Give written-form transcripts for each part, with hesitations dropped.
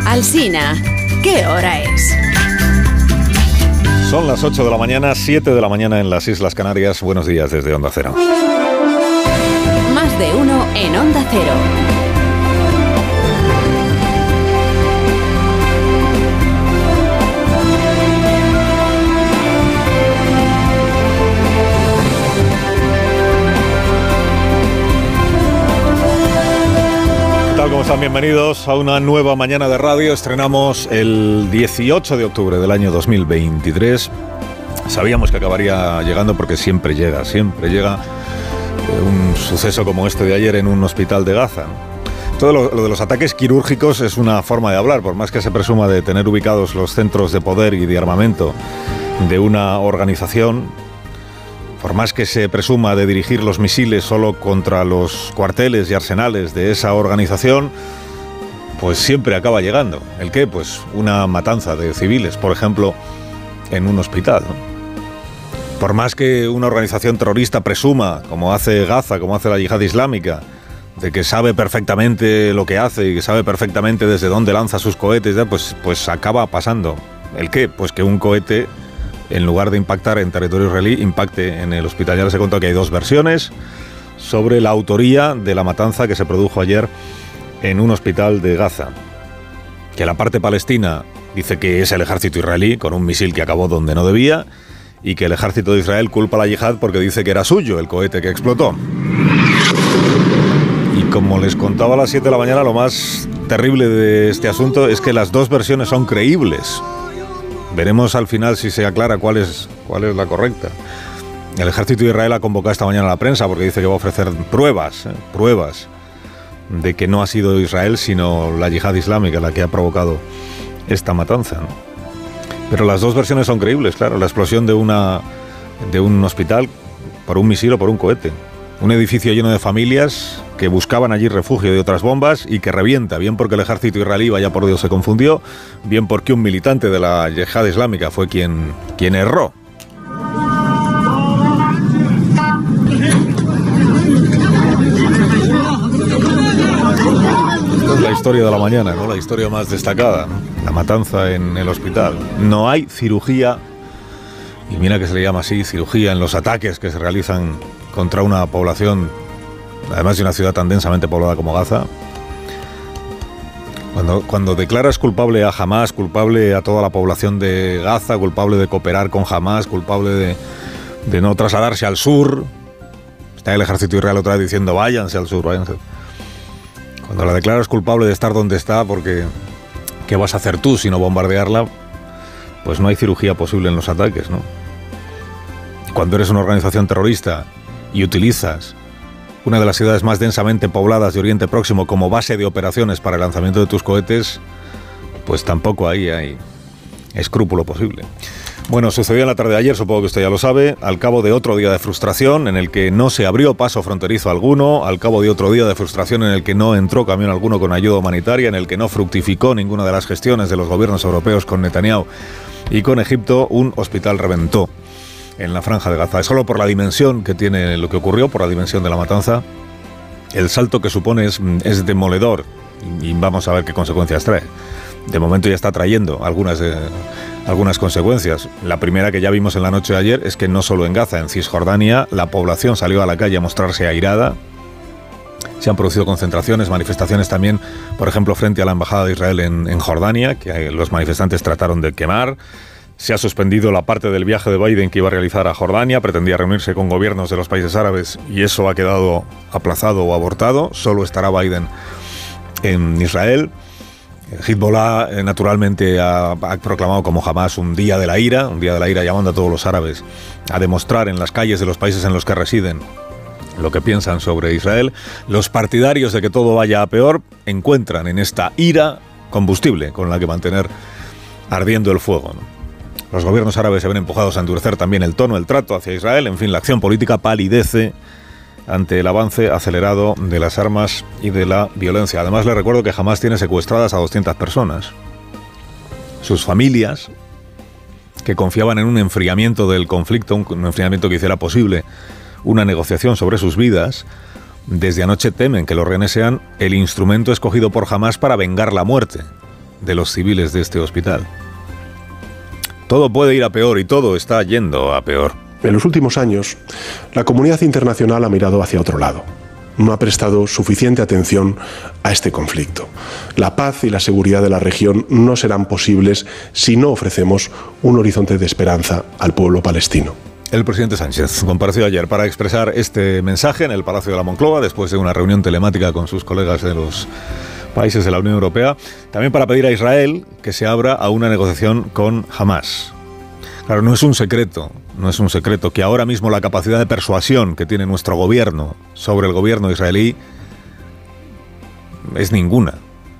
Alsina, ¿qué hora es? Son las 8 de la mañana, 7 de la mañana en las Islas Canarias. Buenos días desde Onda Cero. Más de uno en Onda Cero. ¿Cómo están? Bienvenidos a una nueva mañana de radio. Estrenamos el 18 de octubre del año 2023. Sabíamos que acabaría llegando porque siempre llega un suceso como este de ayer en un hospital de Gaza. Todo lo de los ataques quirúrgicos es una forma de hablar, por más que se presuma de tener ubicados los centros de poder y de armamento de una organización. Por más que se presuma de dirigir los misiles solo contra los cuarteles y arsenales de esa organización, pues siempre acaba llegando. ¿El qué? Pues una matanza de civiles, por ejemplo, en un hospital, ¿no? Por más que una organización terrorista presuma, como hace Gaza, como hace la Yihad Islámica, de que sabe perfectamente lo que hace y que sabe perfectamente desde dónde lanza sus cohetes, pues acaba pasando. ¿El qué? Pues que un cohete, en lugar de impactar en territorio israelí, impacte en el hospital. Ya les he contado que hay dos versiones sobre la autoría de la matanza que se produjo ayer en un hospital de Gaza. Que la parte palestina dice que es el ejército israelí con un misil que acabó donde no debía, y que el ejército de Israel culpa a la yihad porque dice que era suyo el cohete que explotó. Y como les contaba a las 7 de la mañana, lo más terrible de este asunto es que las dos versiones son creíbles. Veremos al final si se aclara cuál es la correcta. El ejército de Israel ha convocado esta mañana a la prensa porque dice que va a ofrecer pruebas de que no ha sido Israel sino la Yihad Islámica la que ha provocado esta matanza, ¿no? Pero las dos versiones son creíbles, claro. La explosión de un hospital por un misil o por un cohete. Un edificio lleno de familias que buscaban allí refugio de otras bombas y que revienta, bien porque el ejército israelí, vaya por Dios, se confundió, bien porque un militante de la Yihad Islámica fue quien erró. Esta es la historia de la mañana, ¿no? La historia más destacada, ¿no? La matanza en el hospital. No hay cirugía, y mira que se le llama así, cirugía, en los ataques que se realizan contra una población, además de una ciudad tan densamente poblada como Gaza. Cuando declaras culpable a Hamás, culpable a toda la población de Gaza, culpable de cooperar con Hamás, culpable de no trasladarse al sur, está el ejército israelí otra vez diciendo váyanse al sur, váyanse. Cuando la declaras culpable de estar donde está, porque ¿qué vas a hacer tú si no bombardearla? Pues no hay cirugía posible en los ataques, ¿no? Cuando eres una organización terrorista y utilizas una de las ciudades más densamente pobladas de Oriente Próximo como base de operaciones para el lanzamiento de tus cohetes, pues tampoco ahí hay escrúpulo posible. Bueno, sucedió en la tarde de ayer, supongo que usted ya lo sabe, al cabo de otro día de frustración en el que no se abrió paso fronterizo alguno, al cabo de otro día de frustración en el que no entró camión alguno con ayuda humanitaria, en el que no fructificó ninguna de las gestiones de los gobiernos europeos con Netanyahu y con Egipto, un hospital reventó en la franja de Gaza. Solo por la dimensión que tiene lo que ocurrió, por la dimensión de la matanza, el salto que supone es demoledor y vamos a ver qué consecuencias trae. De momento ya está trayendo algunas consecuencias. La primera que ya vimos en la noche de ayer es que no solo en Gaza, en Cisjordania, la población salió a la calle a mostrarse airada. Se han producido concentraciones, manifestaciones también, por ejemplo, frente a la Embajada de Israel en Jordania, que los manifestantes trataron de quemar. Se ha suspendido la parte del viaje de Biden que iba a realizar a Jordania, pretendía reunirse con gobiernos de los países árabes y eso ha quedado aplazado o abortado. Solo estará Biden en Israel. Hezbollah naturalmente ha proclamado como Hamás un día de la ira llamando a todos los árabes a demostrar en las calles de los países en los que residen lo que piensan sobre Israel. Los partidarios de que todo vaya a peor encuentran en esta ira combustible con la que mantener ardiendo el fuego, ¿no? Los gobiernos árabes se ven empujados a endurecer también el tono, el trato hacia Israel. En fin, la acción política palidece ante el avance acelerado de las armas y de la violencia. Además, les recuerdo que Hamás tiene secuestradas a 200 personas. Sus familias, que confiaban en un enfriamiento del conflicto, un enfriamiento que hiciera posible una negociación sobre sus vidas, desde anoche temen que los rehenes sean el instrumento escogido por Hamás para vengar la muerte de los civiles de este hospital. Todo puede ir a peor y todo está yendo a peor. En los últimos años, la comunidad internacional ha mirado hacia otro lado. No ha prestado suficiente atención a este conflicto. La paz y la seguridad de la región no serán posibles si no ofrecemos un horizonte de esperanza al pueblo palestino. El presidente Sánchez compareció ayer para expresar este mensaje en el Palacio de la Moncloa después de una reunión telemática con sus colegas de los países de la Unión Europea, también para pedir a Israel que se abra a una negociación con Hamás. Claro, no es un secreto que ahora mismo la capacidad de persuasión que tiene nuestro gobierno sobre el gobierno israelí es ninguna.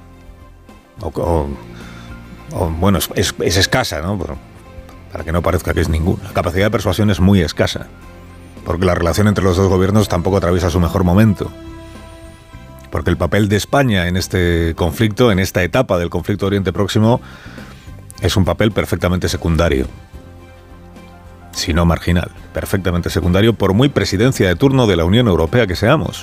Bueno, es escasa, ¿no? Para que no parezca que es ninguna. La capacidad de persuasión es muy escasa, porque la relación entre los dos gobiernos tampoco atraviesa su mejor momento. Porque el papel de España en este conflicto, en esta etapa del conflicto de Oriente Próximo, es un papel perfectamente secundario. Si no marginal, perfectamente secundario, por muy presidencia de turno de la Unión Europea que seamos.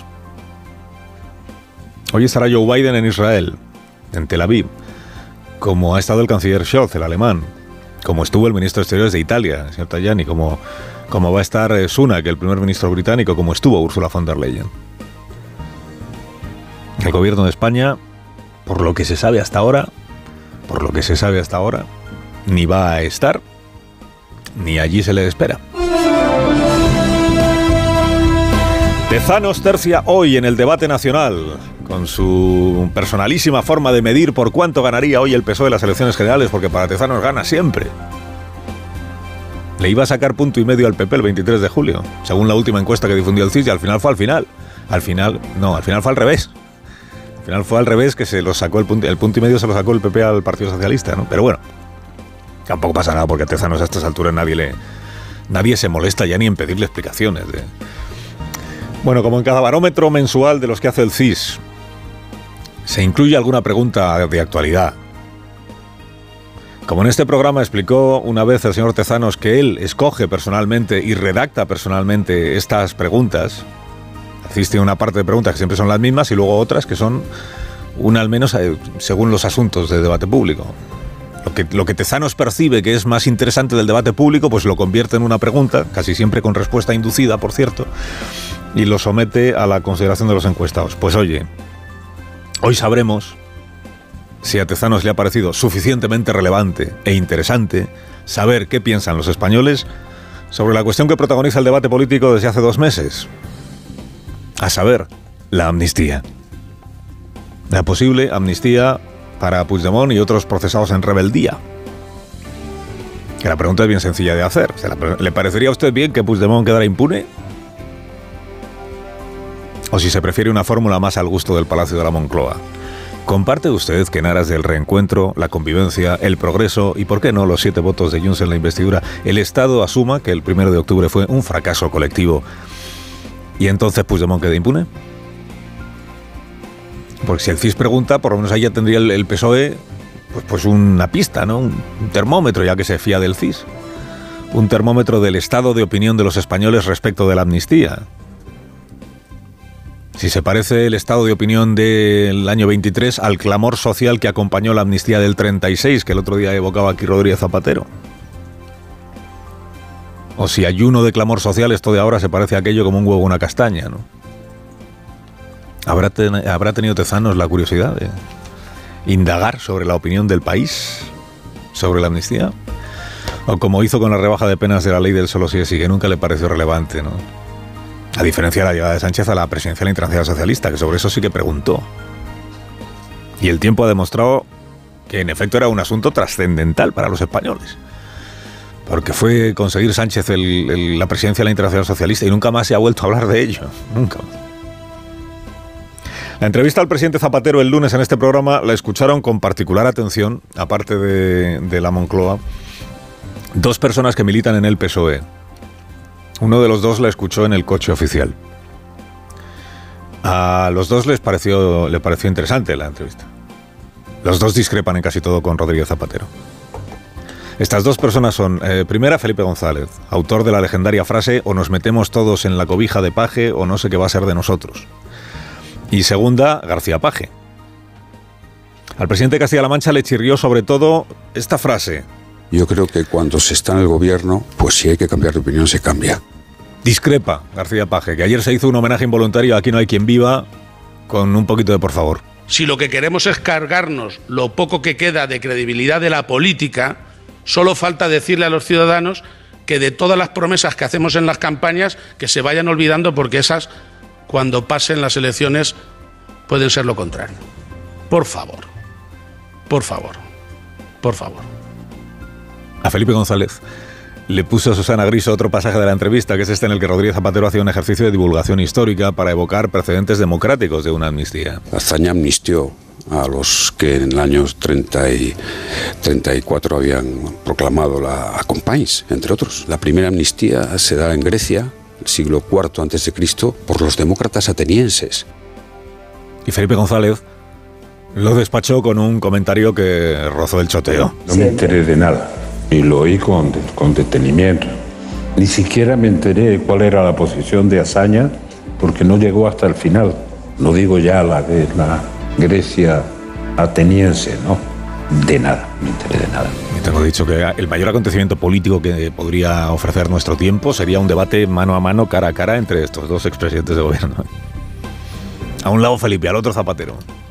Hoy estará Joe Biden en Israel, en Tel Aviv, como ha estado el canciller Scholz, el alemán, como estuvo el ministro de Exteriores de Italia, el señor Tajani, como va a estar Sunak, el primer ministro británico, como estuvo Ursula von der Leyen. El gobierno de España, por lo que se sabe hasta ahora, ni va a estar, ni allí se le espera. Tezanos tercia hoy en el debate nacional, con su personalísima forma de medir por cuánto ganaría hoy el PSOE en las elecciones generales, porque para Tezanos gana siempre. Le iba a sacar 1,5 puntos al PP el 23 de julio, según la última encuesta que difundió el CIS, y al final fue al final. Al final fue al revés. Al final fue al revés, que se lo sacó el 1,5 puntos se lo sacó el PP al Partido Socialista, ¿no? Pero bueno, tampoco pasa nada, porque a Tezanos a estas alturas nadie se molesta ya ni en pedirle explicaciones. Bueno, como en cada barómetro mensual de los que hace el CIS, se incluye alguna pregunta de actualidad. Como en este programa explicó una vez el señor Tezanos que él escoge personalmente y redacta personalmente estas preguntas, existe una parte de preguntas que siempre son las mismas y luego otras que son una al menos según los asuntos de debate público. Lo que Tezanos percibe que es más interesante del debate público, pues lo convierte en una pregunta, casi siempre con respuesta inducida, por cierto, y lo somete a la consideración de los encuestados. Pues oye, hoy sabremos si a Tezanos le ha parecido suficientemente relevante e interesante saber qué piensan los españoles sobre la cuestión que protagoniza el debate político desde hace 2 meses. A saber, la amnistía. La posible amnistía para Puigdemont y otros procesados en rebeldía. Que la pregunta es bien sencilla de hacer. ¿Le parecería a usted bien que Puigdemont quedara impune? O si se prefiere una fórmula más al gusto del Palacio de la Moncloa. ¿Comparte usted que en aras del reencuentro, la convivencia, el progreso y, por qué no, los 7 votos de Junts en la investidura, el Estado asuma que el 1 de octubre fue un fracaso colectivo y entonces Puigdemont queda impune? Porque si el CIS pregunta, por lo menos ahí ya tendría el PSOE pues una pista, ¿no? Un termómetro, ya que se fía del CIS. Un termómetro del estado de opinión de los españoles respecto de la amnistía. Si se parece el estado de opinión del año 23 al clamor social que acompañó la amnistía del 36, que el otro día evocaba aquí Rodríguez Zapatero. O si ayuno de clamor social, esto de ahora se parece a aquello como un huevo a una castaña, ¿no? ¿Habrá tenido Tezanos la curiosidad de indagar sobre la opinión del país sobre la amnistía? O como hizo con la rebaja de penas de la ley del solo sí es sí, que nunca le pareció relevante, ¿no? A diferencia de la llegada de Sánchez a la presidencia de la Internacional Socialista, que sobre eso sí que preguntó. Y el tiempo ha demostrado que en efecto era un asunto trascendental para los españoles. Porque fue conseguir Sánchez la presidencia de la Internacional Socialista y nunca más se ha vuelto a hablar de ello. Nunca más. La entrevista al presidente Zapatero el lunes en este programa la escucharon con particular atención, aparte de la Moncloa, 2 personas que militan en el PSOE. Uno de los 2 la escuchó en el coche oficial. A los 2 le pareció interesante la entrevista. Los 2 discrepan en casi todo con Rodríguez Zapatero. Estas 2 personas son, primera, Felipe González, autor de la legendaria frase "o nos metemos todos en la cobija de Paje o no sé qué va a ser de nosotros". Y segunda, García Paje. Al presidente de Castilla-La Mancha le chirrió sobre todo esta frase. Yo creo que cuando se está en el gobierno, pues si hay que cambiar de opinión, se cambia. Discrepa García Page, que ayer se hizo un homenaje involuntario a Aquí no hay quien viva, con un poquito de por favor. Si lo que queremos es cargarnos lo poco que queda de credibilidad de la política, solo falta decirle a los ciudadanos que de todas las promesas que hacemos en las campañas, que se vayan olvidando, porque esas, cuando pasen las elecciones, pueden ser lo contrario. Por favor, por favor, por favor. A Felipe González le puso Susana Griso otro pasaje de la entrevista, que es este en el que Rodríguez Zapatero hacía un ejercicio de divulgación histórica para evocar precedentes democráticos de una amnistía. Azaña amnistió a los que en el año 34 habían proclamado la Companys, entre otros. La primera amnistía se da en Grecia, el siglo IV a.C., por los demócratas atenienses. Y Felipe González lo despachó con un comentario que rozó el choteo. No me enteré de nada y lo oí con detenimiento. Ni siquiera me enteré de cuál era la posición de Azaña porque no llegó hasta el final. No digo ya la de la Grecia ateniense, ¿no? De nada, me enteré de nada. Y tengo dicho que el mayor acontecimiento político que podría ofrecer nuestro tiempo sería un debate mano a mano, cara a cara, entre estos dos expresidentes de gobierno. A un lado Felipe, al otro Zapatero.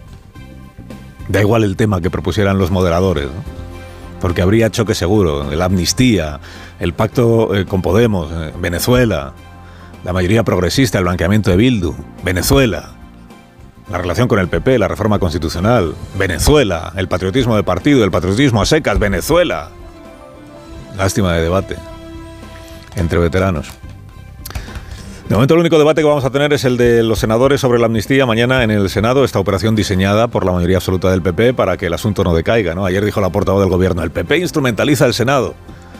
Da igual el tema que propusieran los moderadores, ¿no? Porque habría choque seguro, la amnistía, el pacto con Podemos, Venezuela, la mayoría progresista, el blanqueamiento de Bildu, Venezuela, la relación con el PP, la reforma constitucional, Venezuela, el patriotismo de partido, el patriotismo a secas, Venezuela. Lástima de debate entre veteranos. De momento el único debate que vamos a tener es el de los senadores sobre la amnistía. Mañana en el Senado, esta operación diseñada por la mayoría absoluta del PP para que el asunto no decaiga, ¿no? Ayer dijo la portavoz del gobierno, el PP instrumentaliza el Senado.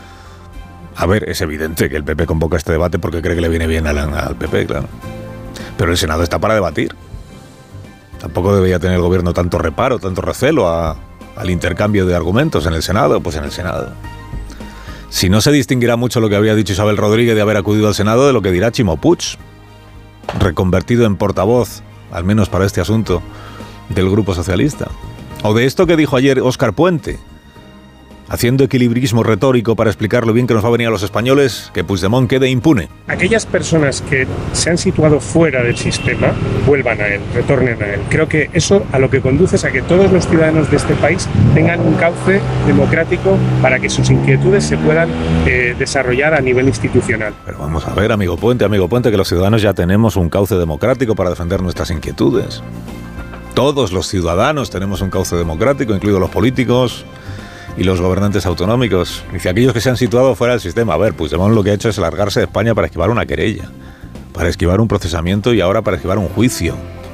A ver, es evidente que el PP convoca este debate porque cree que le viene bien al PP, claro. Pero el Senado está para debatir. Tampoco debería tener el gobierno tanto reparo, tanto recelo al intercambio de argumentos en el Senado, pues en el Senado. Si no se distinguirá mucho lo que habría dicho Isabel Rodríguez de haber acudido al Senado de lo que dirá Chimo Puig, reconvertido en portavoz, al menos para este asunto, del Grupo Socialista. O de esto que dijo ayer Óscar Puente, haciendo equilibrismo retórico para explicar lo bien que nos va a venir a los españoles que Puigdemont quede impune. Aquellas personas que se han situado fuera del sistema, vuelvan a él, retornen a él. Creo que eso a lo que conduce es a que todos los ciudadanos de este país tengan un cauce democrático para que sus inquietudes se puedan desarrollar a nivel institucional. Pero vamos a ver, amigo Puente, que los ciudadanos ya tenemos un cauce democrático para defender nuestras inquietudes. Todos los ciudadanos tenemos un cauce democrático, incluidos los políticos y los gobernantes autonómicos. Dice, aquellos que se han situado fuera del sistema. A ver, Puigdemont lo que ha hecho es largarse de España para esquivar una querella, para esquivar un procesamiento y ahora para esquivar un juicio.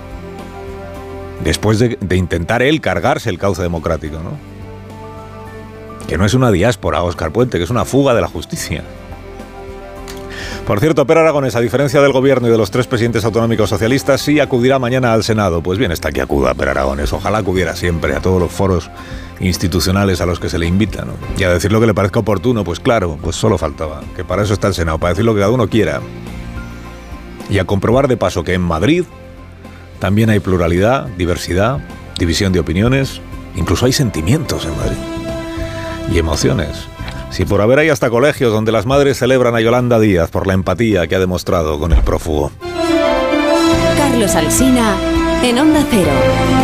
Después de intentar él cargarse el cauce democrático, ¿no? Que no es una diáspora, Óscar Puente, que es una fuga de la justicia. Por cierto, Per Aragonés, a diferencia del gobierno y de los tres presidentes autonómicos socialistas, sí acudirá mañana al Senado. Pues bien, está que acuda Per Aragonés. Ojalá acudiera siempre a todos los foros institucionales a los que se le invita, ¿no? Y a decir lo que le parezca oportuno, pues claro, pues solo faltaba, que para eso está el Senado, para decir lo que cada uno quiera. Y a comprobar de paso que en Madrid también hay pluralidad, diversidad, división de opiniones, incluso hay sentimientos en Madrid y emociones. Si por haber hay hasta colegios donde las madres celebran a Yolanda Díaz por la empatía que ha demostrado con el prófugo. Carlos Alsina en Onda Cero.